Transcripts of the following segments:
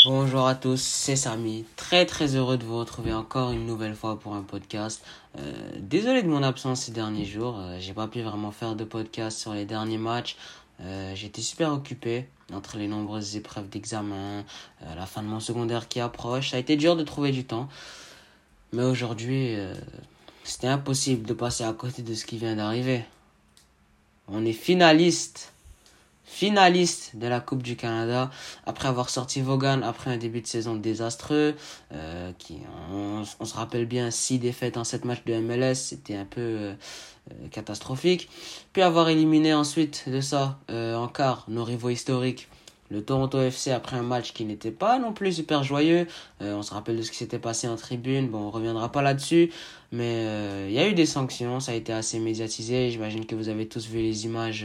Bonjour à tous, c'est Samy. Très très heureux de vous retrouver encore une nouvelle fois pour un podcast. Désolé de mon absence ces derniers jours. J'ai pas pu vraiment faire de podcast sur les derniers matchs. J'étais super occupé entre les nombreuses épreuves d'examen, la fin de mon secondaire qui approche. Ça a été dur de trouver du temps. Mais aujourd'hui, c'était impossible de passer à côté de ce qui vient d'arriver. On est finaliste de la Coupe du Canada, après avoir sorti Vaughan après un début de saison désastreux, on se rappelle bien 6 défaites en 7 matchs de MLS, c'était un peu catastrophique, puis avoir éliminé ensuite de ça en quart nos rivaux historiques, le Toronto FC, après un match qui n'était pas non plus super joyeux. On se rappelle de ce qui s'était passé en tribune, bon on reviendra pas là-dessus, mais il y a eu des sanctions, ça a été assez médiatisé, j'imagine que vous avez tous vu les images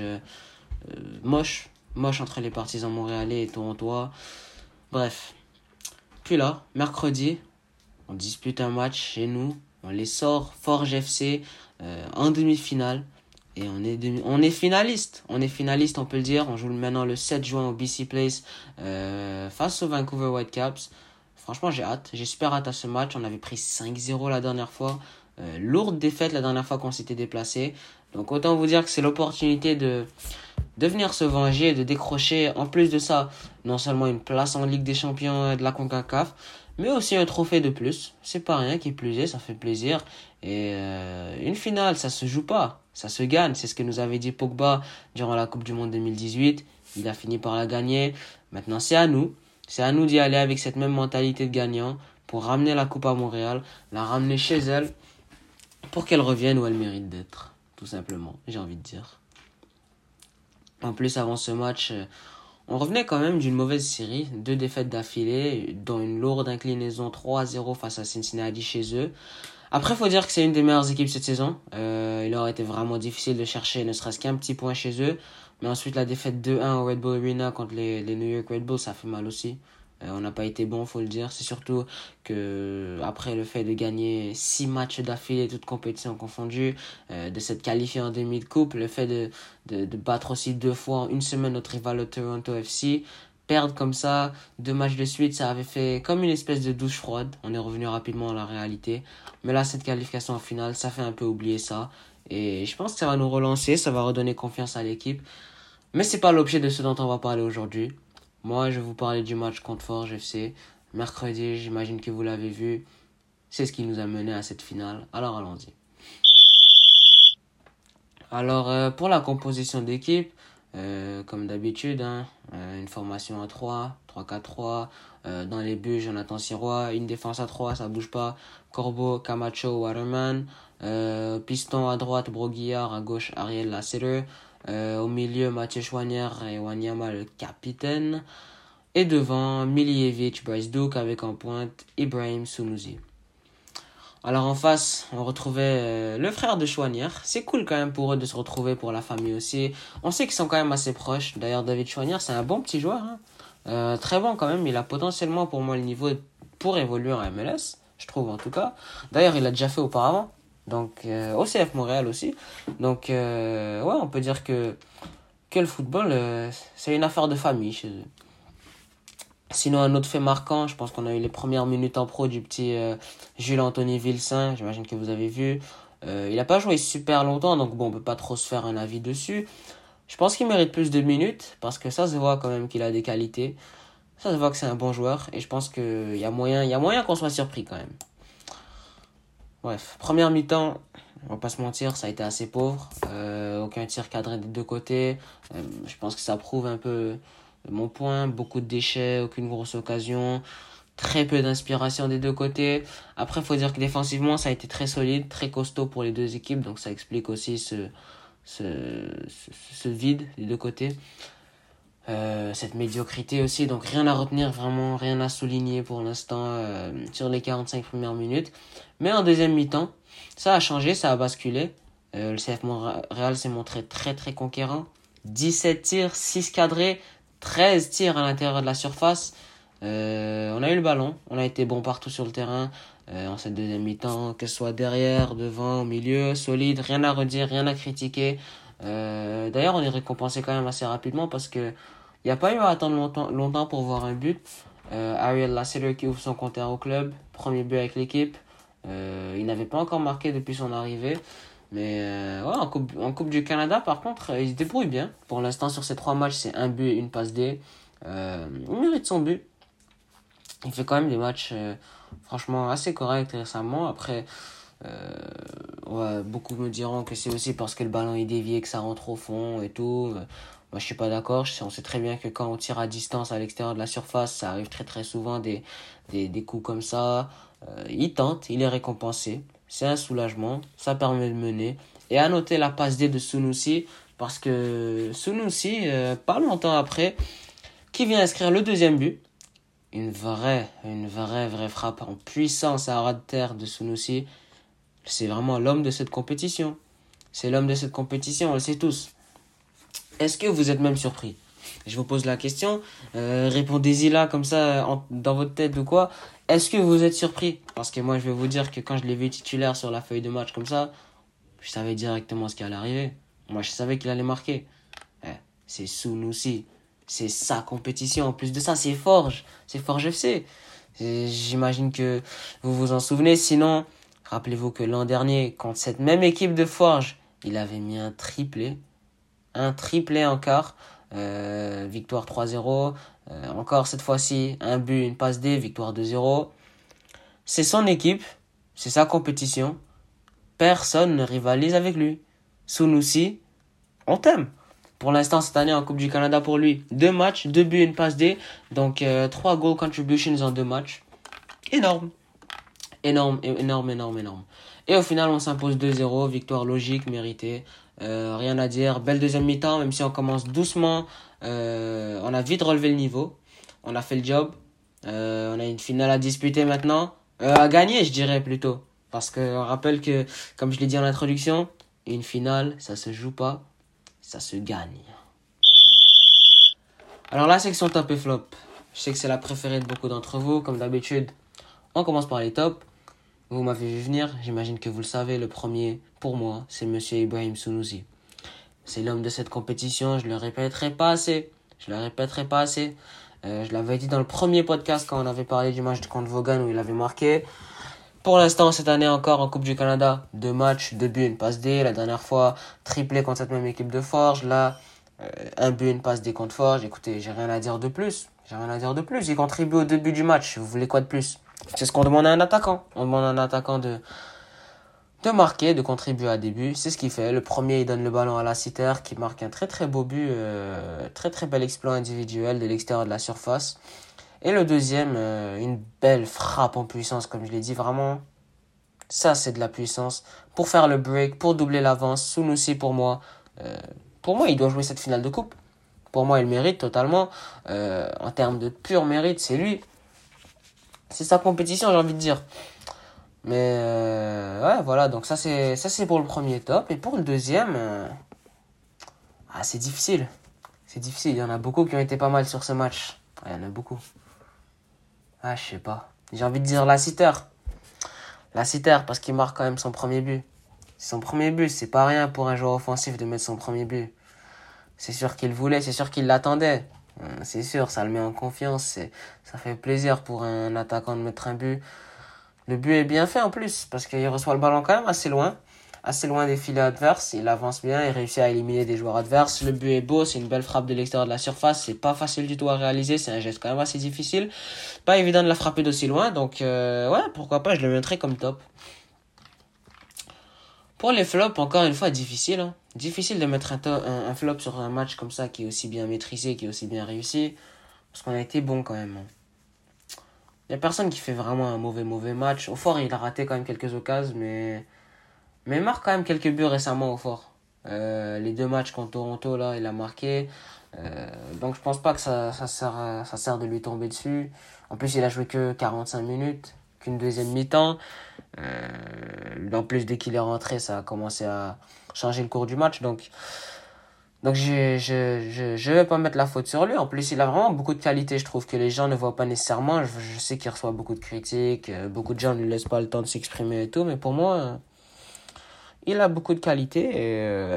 moche entre les partisans montréalais et torontois. Bref. Puis là, mercredi, on dispute un match chez nous. On les sort Forge FC en demi-finale. Et on est finaliste. On est finaliste, on peut le dire. On joue maintenant le 7 juin au BC Place face aux Vancouver Whitecaps. Franchement, j'ai hâte. J'ai super hâte à ce match. On avait pris 5-0 la dernière fois. Lourde défaite la dernière fois qu'on s'était déplacé. Donc autant vous dire que c'est l'opportunité de venir se venger, de décrocher en plus de ça non seulement une place en Ligue des Champions de la CONCACAF, mais aussi un trophée de plus. C'est pas rien, qui plus est, ça fait plaisir. Et une finale, ça se joue pas, ça se gagne. C'est ce que nous avait dit Pogba durant la Coupe du Monde 2018. Il a fini par la gagner. Maintenant, c'est à nous. C'est à nous d'y aller avec cette même mentalité de gagnant pour ramener la Coupe à Montréal, la ramener chez elle, pour qu'elle revienne où elle mérite d'être. Tout simplement, j'ai envie de dire. En plus, avant ce match, on revenait quand même d'une mauvaise série. 2 défaites d'affilée, dont une lourde inclinaison 3-0 face à Cincinnati chez eux. Après, il faut dire que c'est une des meilleures équipes cette saison. Il aurait été vraiment difficile de chercher ne serait-ce qu'un petit point chez eux. Mais ensuite, la défaite 2-1 au Red Bull Arena contre les New York Red Bulls, ça fait mal aussi. On n'a pas été bon, faut le dire. C'est surtout que après le fait de gagner 6 matchs d'affilée, toutes compétitions confondues, de s'être qualifié en demi de coupe, le fait de battre aussi 2 fois en une semaine notre rival au Toronto FC, perdre comme ça 2 matchs de suite, ça avait fait comme une espèce de douche froide. On est revenu rapidement à la réalité. Mais là, cette qualification en finale, ça fait un peu oublier ça. Et je pense que ça va nous relancer, ça va redonner confiance à l'équipe. Mais c'est pas l'objet de ce dont on va parler aujourd'hui. Moi, je vais vous parler du match contre Forge FC. Mercredi, j'imagine que vous l'avez vu. C'est ce qui nous a mené à cette finale. Alors, allons-y. Alors, pour la composition d'équipe, comme d'habitude, une formation à 3, 3-4-3. Dans les buts, Jonathan Sirois. Une défense à 3, ça bouge pas. Corbeau, Camacho, Waterman. Piston à droite, Broguillard. À gauche, Ariel Lassiter. Au milieu, Mathieu Chouanière et Wanyama, le capitaine. Et devant, Miljevic, Bryce Duke, avec en pointe Ibrahim Sunusi. Alors en face, on retrouvait le frère de Chouanière. C'est cool quand même pour eux de se retrouver, pour la famille aussi. On sait qu'ils sont quand même assez proches. D'ailleurs, David Chouanière, c'est un bon petit joueur. Très bon quand même. Il a potentiellement pour moi le niveau pour évoluer en MLS, je trouve en tout cas. D'ailleurs, il l'a déjà fait auparavant. Donc, au CF Montréal aussi. Donc, ouais, on peut dire que le football, c'est une affaire de famille chez eux. Sinon, un autre fait marquant, je pense qu'on a eu les premières minutes en pro du petit Jules-Anthony Vilsain, j'imagine que vous avez vu. Il n'a pas joué super longtemps, donc bon, on peut pas trop se faire un avis dessus. Je pense qu'il mérite plus de minutes, parce que ça se voit quand même qu'il a des qualités. Ça se voit que c'est un bon joueur, et je pense qu'il y a moyen qu'on soit surpris quand même. Bref, première mi-temps, on va pas se mentir, ça a été assez pauvre. Aucun tir cadré des deux côtés. Je pense que ça prouve un peu mon point. Beaucoup de déchets, aucune grosse occasion. Très peu d'inspiration des deux côtés. Après, il faut dire que défensivement, ça a été très solide, très costaud pour les deux équipes. Donc ça explique aussi ce vide des deux côtés. Cette médiocrité aussi. Donc rien à retenir, vraiment rien à souligner pour l'instant sur les 45 premières minutes. Mais en deuxième mi-temps, ça a changé, ça a basculé. Le CF Montréal s'est montré très très conquérant. 17 tirs, 6 cadrés, 13 tirs à l'intérieur de la surface. On a eu le ballon, on a été bon partout sur le terrain en cette deuxième mi-temps, que ce soit derrière, devant, au milieu, solide, rien à redire, rien à critiquer. D'ailleurs, on est récompensé quand même assez rapidement parce que il n'y a pas eu à attendre longtemps pour voir un but. Ariel Lassiter qui ouvre son compteur au club. Premier but avec l'équipe. Il n'avait pas encore marqué depuis son arrivée. Mais ouais, en coupe du Canada, par contre, il se débrouille bien. Pour l'instant, sur ces 3 matchs, c'est un but et une passe D. Il mérite son but. Il fait quand même des matchs franchement assez corrects récemment. Après, ouais, beaucoup me diront que c'est aussi parce que le ballon est dévié que ça rentre au fond et tout. Moi, je suis pas d'accord. On sait très bien que quand on tire à distance à l'extérieur de la surface, ça arrive très très souvent des coups comme ça. Il tente, il est récompensé. C'est un soulagement, ça permet de mener. Et à noter la passe D de Sunusi, parce que Sunusi, pas longtemps après, qui vient inscrire le deuxième but. Vraie frappe en puissance à ras de terre de Sunusi. C'est vraiment l'homme de cette compétition. C'est l'homme de cette compétition, on le sait tous. Est-ce que vous êtes même surpris? Je vous pose la question. Répondez-y là, comme ça, dans votre tête ou quoi. Est-ce que vous êtes surpris? Parce que moi, je vais vous dire que quand je l'ai vu titulaire sur la feuille de match comme ça, je savais directement ce qui allait arriver. Moi, je savais qu'il allait marquer. C'est Sunusi. C'est sa compétition. En plus de ça, c'est Forge. C'est Forge FC. J'imagine que vous vous en souvenez. Sinon, rappelez-vous que l'an dernier, contre cette même équipe de Forge, il avait mis un triplé. Un triplé en quart. Victoire 3-0. Encore cette fois-ci, un but, une passe D, victoire 2-0. C'est son équipe. C'est sa compétition. Personne ne rivalise avec lui. Sunusi, on t'aime. Pour l'instant, cette année en Coupe du Canada pour lui, 2 matchs, 2 buts, une passe D. Donc 3 goal contributions en 2 matchs. Énorme. Énorme. Et au final, on s'impose 2-0. Victoire logique, méritée. Rien à dire. Belle deuxième mi-temps, même si on commence doucement. On a vite relevé le niveau. On a fait le job. On a une finale à disputer maintenant. À gagner, je dirais plutôt. Parce que on rappelle que, comme je l'ai dit en introduction, une finale, ça se joue pas, ça se gagne. Alors la section top et flop, je sais que c'est la préférée de beaucoup d'entre vous. Comme d'habitude, on commence par les tops. Vous m'avez vu venir, j'imagine que vous le savez. Le premier, pour moi, c'est Monsieur Ibrahim Sunusi. C'est l'homme de cette compétition, je le répéterai pas assez. Je l'avais dit dans le premier podcast quand on avait parlé du match contre Vaughan où il avait marqué. Pour l'instant, cette année encore en Coupe du Canada, 2 matchs, 2 buts, une passe D. La dernière fois, triplé contre cette même équipe de Forge. Là, un but, une passe D contre Forge. Écoutez, j'ai rien à dire de plus. Il contribue au début du match. Vous voulez quoi de plus? C'est ce qu'on demande à un attaquant. On demande à un attaquant de marquer, de contribuer à début. C'est ce qu'il fait. Le premier, il donne le ballon à Lassiter qui marque un très très beau but. Très très bel exploit individuel de l'extérieur de la surface. Et le deuxième, une belle frappe en puissance, comme je l'ai dit, vraiment, ça c'est de la puissance. Pour faire le break, pour doubler l'avance, Sunusi pour moi, il doit jouer cette finale de coupe. Pour moi, il mérite totalement. En termes de pur mérite, c'est lui. C'est sa compétition, j'ai envie de dire. Mais ouais, voilà, donc ça c'est pour le premier top. Et pour le deuxième, c'est difficile. C'est difficile, il y en a beaucoup qui ont été pas mal sur ce match. Il y en a beaucoup. Je sais pas. J'ai envie de dire Lassiter. Lassiter, parce qu'il marque quand même son premier but. C'est son premier but, c'est pas rien pour un joueur offensif de mettre son premier but. C'est sûr qu'il voulait, c'est sûr qu'il l'attendait. C'est sûr, ça le met en confiance. Ça fait plaisir pour un attaquant de mettre un but. Le but est bien fait en plus, parce qu'il reçoit le ballon quand même assez loin des filets adverses. Il avance bien, il réussit à éliminer des joueurs adverses. Le but est beau, c'est une belle frappe de l'extérieur de la surface. C'est pas facile du tout à réaliser, c'est un geste quand même assez difficile. Pas évident de la frapper d'aussi loin, donc ouais, pourquoi pas, je le mettrai comme top. Pour les flops, encore une fois, difficile. Hein. Difficile de mettre un flop sur un match comme ça qui est aussi bien maîtrisé, qui est aussi bien réussi. Parce qu'on a été bon quand même. Il n'y a personne qui fait vraiment un mauvais match. Au fort, il a raté quand même quelques occasions, mais il marque quand même quelques buts récemment au fort. Les 2 matchs contre Toronto, là, il a marqué. Donc je pense pas que ça sert de lui tomber dessus. En plus, il a joué que 45 minutes, qu'une deuxième mi-temps. En plus, dès qu'il est rentré, ça a commencé à changer le cours du match. Donc je vais pas mettre la faute sur lui. En plus, il a vraiment beaucoup de qualités. Je trouve que les gens ne voient pas nécessairement. Je sais qu'il reçoit beaucoup de critiques. Beaucoup de gens ne lui laissent pas le temps de s'exprimer et tout. Mais pour moi, il a beaucoup de qualités. Et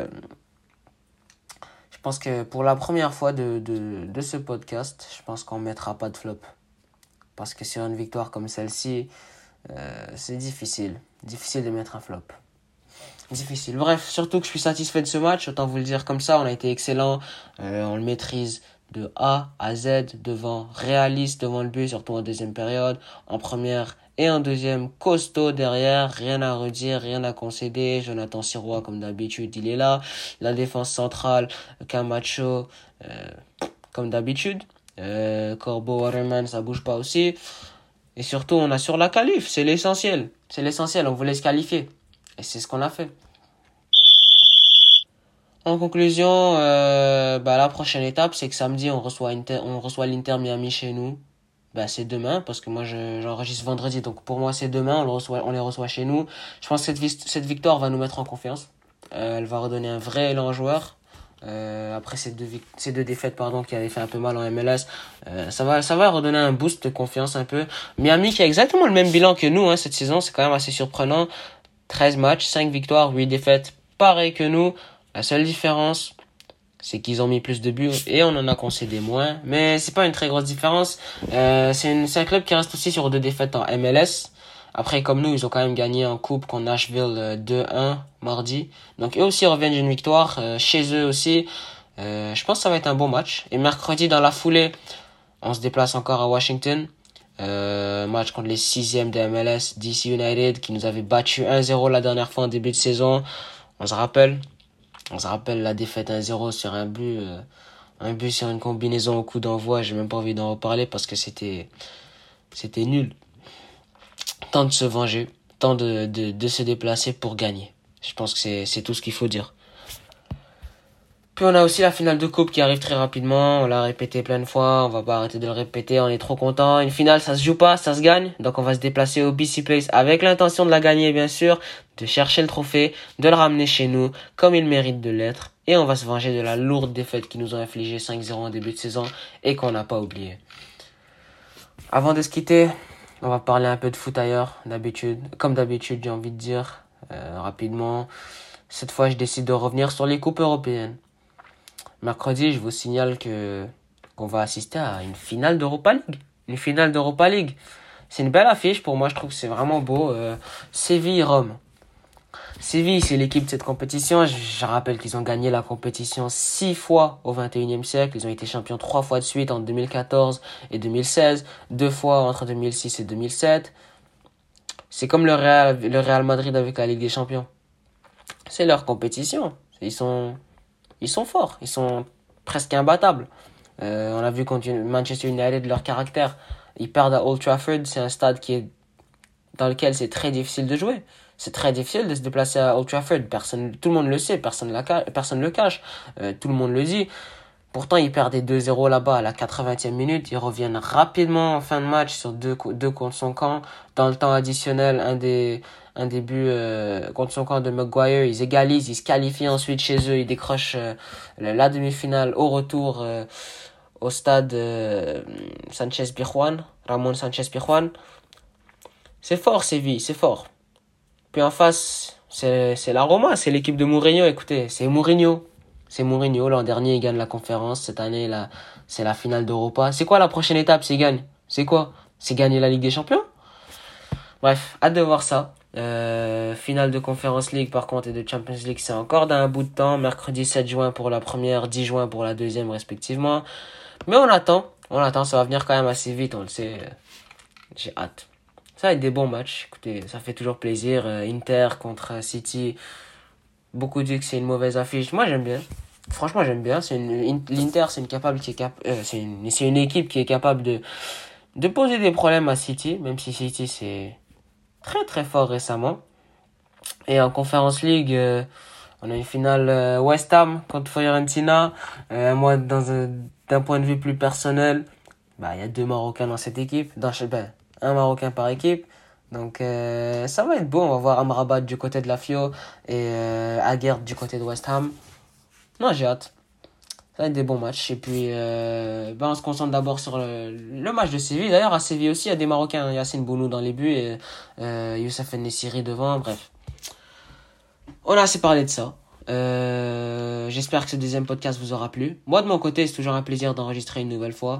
je pense que pour la première fois de ce podcast, je pense qu'on mettra pas de flop. Parce que sur une victoire comme celle-ci, c'est difficile. Difficile de mettre un flop. Difficile. Bref, surtout que je suis satisfait de ce match. Autant vous le dire comme ça, on a été excellent. On le maîtrise de A à Z, devant réaliste devant le but, surtout en deuxième période. En première et en deuxième, costaud derrière. Rien à redire, rien à concéder. Jonathan Sirois, comme d'habitude, il est là. La défense centrale, Camacho, comme d'habitude. Corbeau, Waterman, ça bouge pas aussi. Et surtout, on assure la qualif. C'est l'essentiel. C'est l'essentiel. On voulait se qualifier. Et c'est ce qu'on a fait. En conclusion, la prochaine étape, c'est que samedi, on reçoit l'Inter Miami chez nous. C'est demain, parce que moi, j'enregistre vendredi. Donc, pour moi, c'est demain. On les reçoit chez nous. Je pense que cette victoire va nous mettre en confiance. Elle va redonner un vrai élan aux joueurs. Après ces deux défaites qui avaient fait un peu mal en MLS, ça va redonner un boost de confiance un peu. Miami qui a exactement le même bilan que nous cette saison, c'est quand même assez surprenant. 13 matchs, 5 victoires, 8 défaites, pareil que nous. La seule différence, c'est qu'ils ont mis plus de buts et on en a concédé moins, mais c'est pas une très grosse différence. C'est un club qui reste aussi sur 2 défaites en MLS. Après, comme nous, ils ont quand même gagné en coupe contre Nashville 2-1 mardi. Donc eux aussi reviennent d'une victoire chez eux aussi. Je pense que ça va être un bon match. Et mercredi, dans la foulée, on se déplace encore à Washington. Match contre les 6e de MLS, DC United, qui nous avait battu 1-0 la dernière fois en début de saison. On se rappelle la défaite 1-0 sur un but sur une combinaison au coup d'envoi. J'ai même pas envie d'en reparler parce que c'était nul. Temps de se venger, temps de se déplacer pour gagner. Je pense que c'est tout ce qu'il faut dire. Puis on a aussi la finale de coupe qui arrive très rapidement. On l'a répété plein de fois, on va pas arrêter de le répéter, on est trop content. Une finale, ça se joue pas, ça se gagne. Donc on va se déplacer au BC Place avec l'intention de la gagner bien sûr, de chercher le trophée, de le ramener chez nous comme il mérite de l'être. Et on va se venger de la lourde défaite qu'ils nous ont infligé 5-0 en début de saison et qu'on n'a pas oublié. Avant de se quitter, on va parler un peu de foot ailleurs, comme d'habitude j'ai envie de dire, rapidement. Cette fois je décide de revenir sur les coupes européennes. Mercredi, je vous signale qu'on va assister à une finale d'Europa League. Une finale d'Europa League. C'est une belle affiche pour moi, je trouve que c'est vraiment beau. Séville-Rome. Séville, c'est l'équipe de cette compétition. Je rappelle qu'ils ont gagné la compétition 6 fois au 21e siècle. Ils ont été champions 3 fois de suite en 2014 et 2016. 2 fois entre 2006 et 2007. C'est comme le Real Madrid avec la Ligue des Champions. C'est leur compétition. Ils sont forts, ils sont presque imbattables. On a vu contre Manchester United leur caractère. Ils perdent à Old Trafford, c'est un stade dans lequel c'est très difficile de jouer. C'est très difficile de se déplacer à Old Trafford. Tout le monde le sait, personne le cache. Tout le monde le dit. Pourtant, ils perdaient 2-0 là-bas à la 80e minute. Ils reviennent rapidement en fin de match sur deux contre son camp. Dans le temps additionnel, un des buts contre son camp de Maguire, ils égalisent, ils se qualifient ensuite chez eux, ils décrochent la demi-finale au retour au stade Ramon Sanchez Pizjuán. C'est fort Séville, c'est fort. Puis en face, c'est la Roma, c'est l'équipe de Mourinho. Écoutez, c'est Mourinho. L'an dernier il gagne la conférence, cette année là, c'est la finale d'Europa. C'est quoi la prochaine étape s'il gagne? C'est quoi? C'est gagner la Ligue des Champions? Bref, hâte de voir ça. Finale de Conference League par contre et de Champions League, c'est encore dans un bout de temps. Mercredi 7 juin pour la première, 10 juin pour la deuxième respectivement. Mais on attend, ça va venir quand même assez vite, on le sait. J'ai hâte. Ça va être des bons matchs. Écoutez, ça fait toujours plaisir. Inter contre City. Beaucoup disent que c'est une mauvaise affiche. Moi, j'aime bien. Franchement, j'aime bien. L'Inter, c'est une équipe qui est capable de poser des problèmes à City, même si City c'est très très fort récemment. Et en Conference League, on a une finale West Ham contre Fiorentina. Moi, d'un point de vue plus personnel, il y a 2 Marocains dans cette équipe. Un Marocain par équipe. Donc ça va être beau. On va voir Amrabat du côté de la Fio et Aguerd du côté de West Ham. Non, j'ai hâte. Ça va être des bons matchs. Et puis, on se concentre d'abord sur le match de Séville. D'ailleurs, à Séville aussi, il y a des Marocains. Yassine Bounou dans les buts et Youssef Nessiri devant. Bref. On a assez parlé de ça. J'espère que ce deuxième podcast vous aura plu. Moi, de mon côté, c'est toujours un plaisir d'enregistrer une nouvelle fois.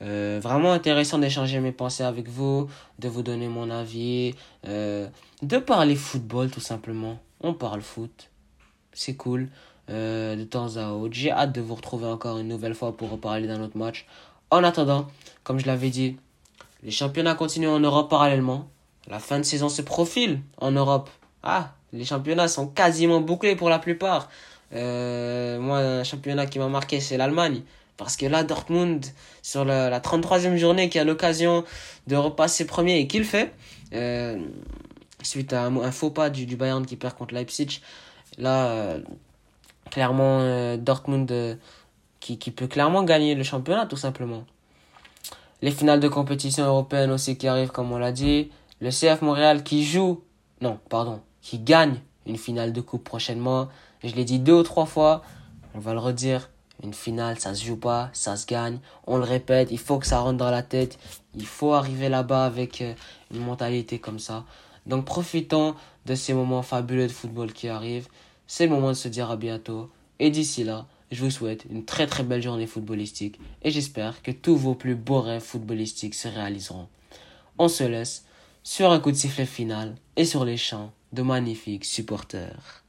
Vraiment intéressant d'échanger mes pensées avec vous, de vous donner mon avis, de parler football tout simplement. On parle foot, c'est cool, de temps à autre. J'ai hâte de vous retrouver encore une nouvelle fois pour reparler d'un autre match. En attendant, comme je l'avais dit, les championnats continuent en Europe parallèlement. La fin de saison se profile en Europe. Ah, les championnats sont quasiment bouclés pour la plupart. Moi, un championnat qui m'a marqué, c'est l'Allemagne. Parce que là, Dortmund, sur la 33e journée, qui a l'occasion de repasser premier et qui le fait, suite à un faux pas du Bayern qui perd contre Leipzig. Là, clairement, Dortmund qui peut clairement gagner le championnat, tout simplement. Les finales de compétition européenne aussi qui arrivent, comme on l'a dit. Le CF Montréal qui gagne une finale de coupe prochainement. Je l'ai dit 2 ou 3 fois, on va le redire. Une finale, ça se joue pas, ça se gagne. On le répète, il faut que ça rentre dans la tête. Il faut arriver là-bas avec une mentalité comme ça. Donc profitons de ces moments fabuleux de football qui arrivent. C'est le moment de se dire à bientôt. Et d'ici là, je vous souhaite une très très belle journée footballistique. Et j'espère que tous vos plus beaux rêves footballistiques se réaliseront. On se laisse sur un coup de sifflet final et sur les chants de magnifiques supporters.